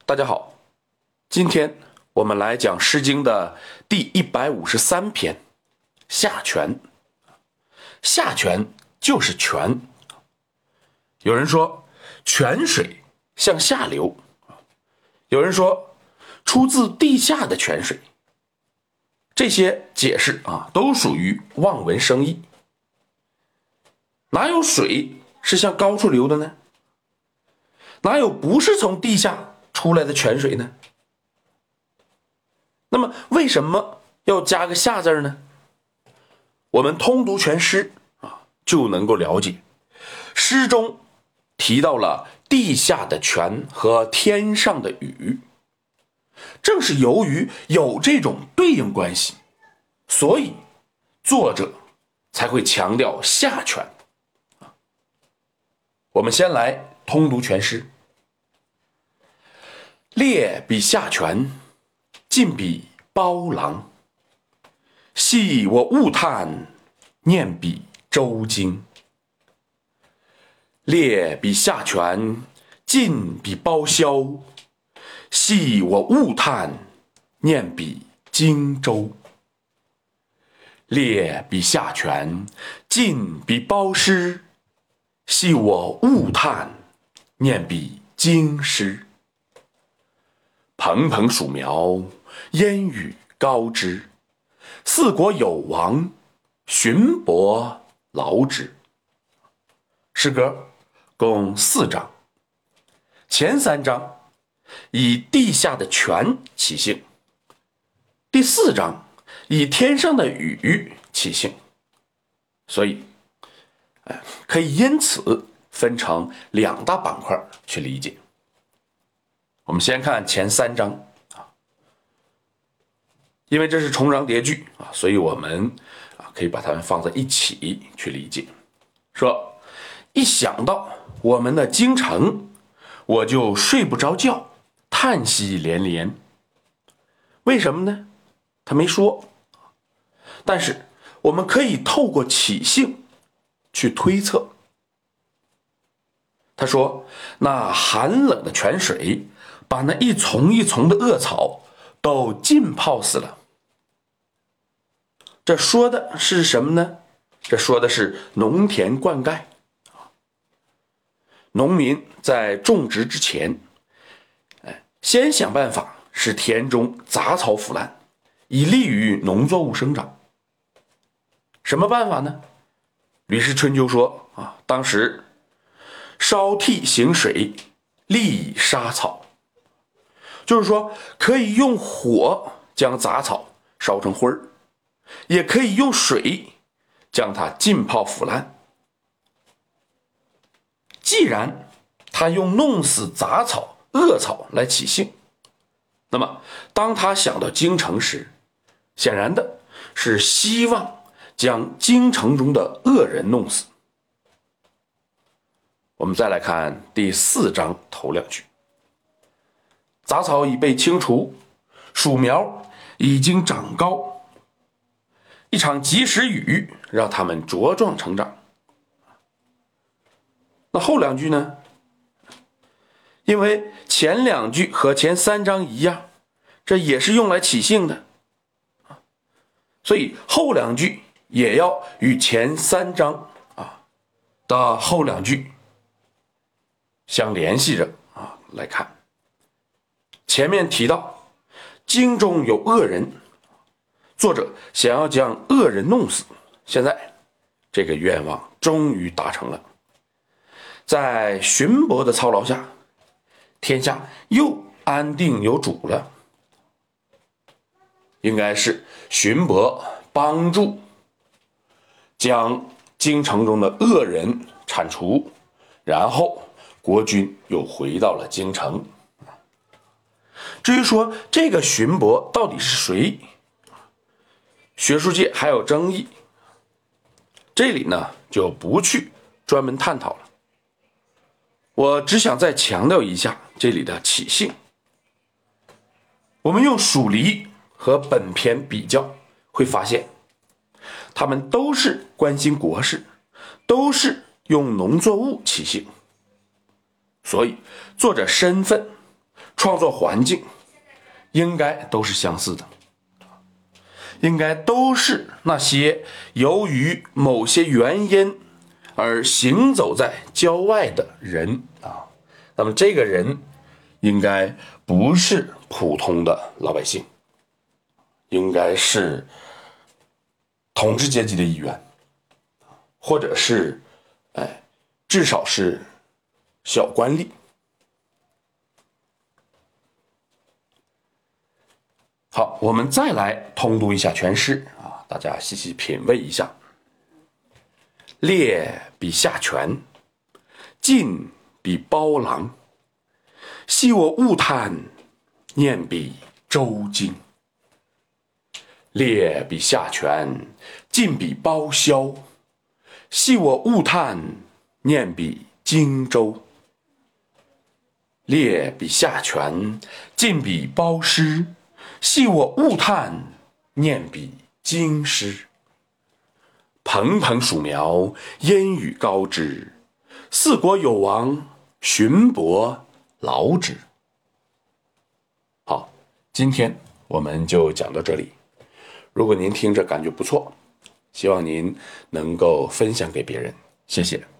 大家好，今天我们来讲《诗经》的第153篇《下泉》。下泉就是泉。有人说泉水向下流，有人说出自地下的泉水。这些解释都属于望文生义。哪有水是向高处流的呢？哪有不是从地下出来的泉水呢？那么为什么要加个下字呢？我们通读全诗就能够了解，诗中提到了地下的泉和天上的雨，正是由于有这种对应关系，所以作者才会强调下泉。我们先来通读全诗。列比下泉，进比包囊。昔我物叹，念比周经。列比下泉，进比包箫。昔我物叹，念比荆州。列比下泉，进比包师。昔我物叹，念比京师。蓬蓬黍苗，烟雨高之。四国有王，荀伯劳之。诗歌共4章，前3章以地下的泉起兴，第4章以天上的雨起兴，所以可以因此分成2大板块去理解。我们先看前3章因为这是重章叠句所以我们可以把它们放在一起去理解。说一想到我们的京城，我就睡不着觉，叹息连连。为什么呢？他没说，但是我们可以透过起兴去推测。他说那寒冷的泉水把那一丛一丛的恶草都浸泡死了。这说的是什么呢？这说的是农田灌溉。农民在种植之前，先想办法使田中杂草腐烂，以利于农作物生长。什么办法呢？吕氏春秋说当时烧替行水，利以杀草，就是说可以用火将杂草烧成灰儿，也可以用水将它浸泡腐烂。既然他用弄死杂草恶草来起兴，那么当他想到京城时，显然的是希望将京城中的恶人弄死。我们再来看第4章头2句。杂草已被清除，黍苗已经长高，一场及时雨让它们茁壮成长。那后2句呢？因为前2句和前3章一样，这也是用来起兴的，所以后2句也要与前3章的后2句相联系着来看。前面提到京中有恶人，作者想要将恶人弄死，现在这个愿望终于达成了。在荀伯的操劳下，天下又安定有主了。应该是荀伯帮助将京城中的恶人铲除，然后国君又回到了京城。至于说这个荀伯到底是谁，学术界还有争议，这里呢就不去专门探讨了。我只想再强调一下这里的起兴。我们用黍离和本篇比较，会发现他们都是关心国事，都是用农作物起兴，所以作者身份创作环境应该都是相似的，应该都是那些由于某些原因而行走在郊外的人啊。那么这个人应该不是普通的老百姓，应该是统治阶级的一员，或者是至少是小官吏。好，我们再来通读一下全诗啊，大家细细品味一下。列比下泉，晋比包郎。昔我误叹，念比周经。列比下泉，晋比包萧。昔我误叹，念比荆州。列比下泉，晋比包师。昔我误叹，念比京师。蓬蓬黍苗，烟雨高枝。四国有王，巡伯劳之。好，今天我们就讲到这里。如果您听着感觉不错，希望您能够分享给别人，谢谢。